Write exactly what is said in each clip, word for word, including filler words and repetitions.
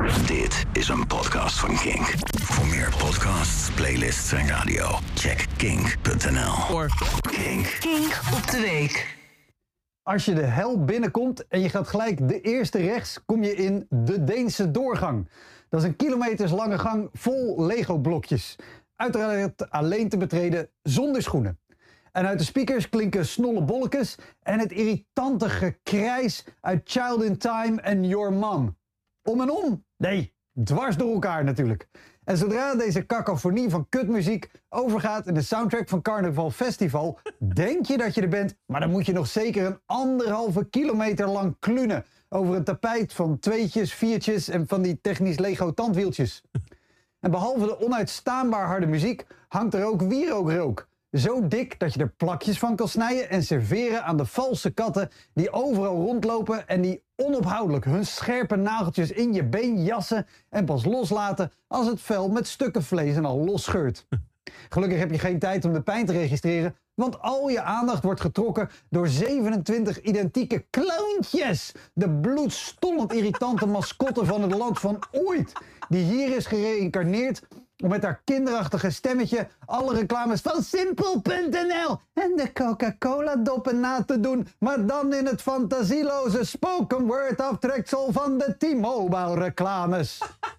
Dit is een podcast van Kink. Voor meer podcasts, playlists en radio, check kink punt n l. Kink. Kink op de week. Als je de hel binnenkomt en je gaat gelijk de eerste rechts, kom je in de Deense doorgang. Dat is een kilometerslange gang vol Lego-blokjes. Uiteraard alleen te betreden zonder schoenen. En uit de speakers klinken snolle bolletjes en het irritante gekrijs uit Child in Time en Your Mom. Om en om? Nee, dwars door elkaar natuurlijk. En zodra deze cacophonie van kutmuziek overgaat in de soundtrack van Carnaval Festival, denk je dat je er bent, maar dan moet je nog zeker een anderhalve kilometer lang klunen over een tapijt van tweetjes, viertjes en van die technisch Lego tandwieltjes. En behalve de onuitstaanbaar harde muziek hangt er ook wierookrook. Zo dik dat je er plakjes van kan snijden en serveren aan de valse katten die overal rondlopen en die onophoudelijk hun scherpe nageltjes in je been jassen en pas loslaten als het vel met stukken vlees en al los scheurt. Gelukkig heb je geen tijd om de pijn te registreren, want al je aandacht wordt getrokken door zevenentwintig identieke clowntjes. De bloedstollend irritante mascotte van het land van ooit, die hier is gereïncarneerd om met haar kinderachtige stemmetje alle reclames van Simpel punt n l en de Coca-Cola doppen na te doen, maar dan in het fantasieloze spoken word aftreksel van de T-Mobile reclames.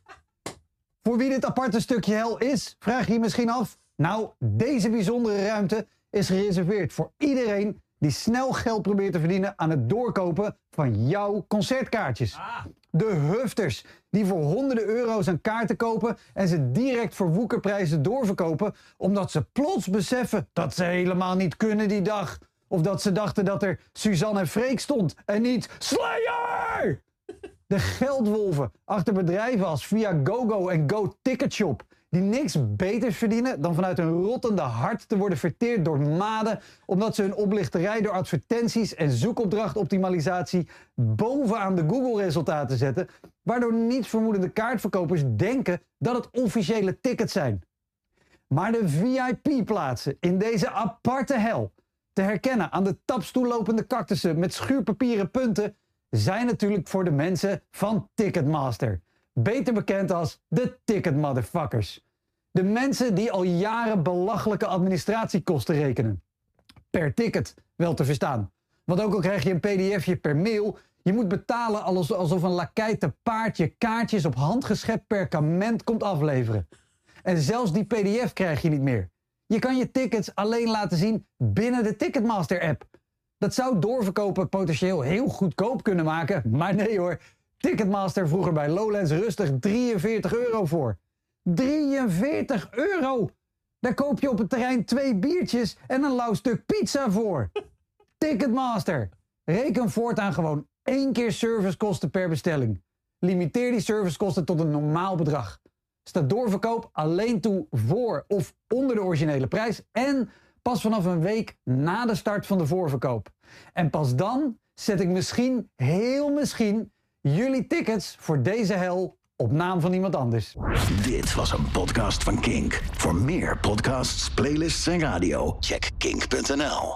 Voor wie dit aparte stukje hel is, vraag je je misschien af. Nou, deze bijzondere ruimte is gereserveerd voor iedereen die snel geld probeert te verdienen aan het doorkopen van jouw concertkaartjes. Ah. De hufters die voor honderden euro's aan kaarten kopen en ze direct voor woekerprijzen doorverkopen, omdat ze plots beseffen dat ze helemaal niet kunnen die dag. Of dat ze dachten dat er Suzanne en Freek stond en niet Slayer! De geldwolven achter bedrijven als Viagogo en Go Ticketshop, die niks beters verdienen dan vanuit hun rottende hart te worden verteerd door maden, omdat ze hun oplichterij door advertenties en zoekopdrachtoptimalisatie bovenaan de Google-resultaten zetten, waardoor niets vermoedende kaartverkopers denken dat het officiële tickets zijn. Maar de V I P-plaatsen in deze aparte hel, te herkennen aan de tapstoel lopende cactussen met schuurpapieren punten, zijn natuurlijk voor de mensen van Ticketmaster. Beter bekend als de Ticket Motherfuckers. De mensen die al jaren belachelijke administratiekosten rekenen. Per ticket, wel te verstaan. Want ook al krijg je een pdfje per mail, je moet betalen alsof een lakij te paard je kaartjes op handgeschept perkament komt afleveren. En zelfs die pdf krijg je niet meer. Je kan je tickets alleen laten zien binnen de Ticketmaster-app. Dat zou doorverkopen potentieel heel goedkoop kunnen maken, maar nee hoor. Ticketmaster vroeg er bij Lowlands rustig drieënveertig euro voor. drieënveertig euro! Daar koop je op het terrein twee biertjes en een lauw stuk pizza voor. Ticketmaster. Reken voortaan gewoon één keer servicekosten per bestelling. Limiteer die servicekosten tot een normaal bedrag. Staat doorverkoop alleen toe voor of onder de originele prijs en pas vanaf een week na de start van de voorverkoop. En pas dan zet ik misschien, heel misschien, jullie tickets voor deze hel op naam van iemand anders. Dit was een podcast van Kink. Voor meer podcasts, playlists en radio, check kink punt n l.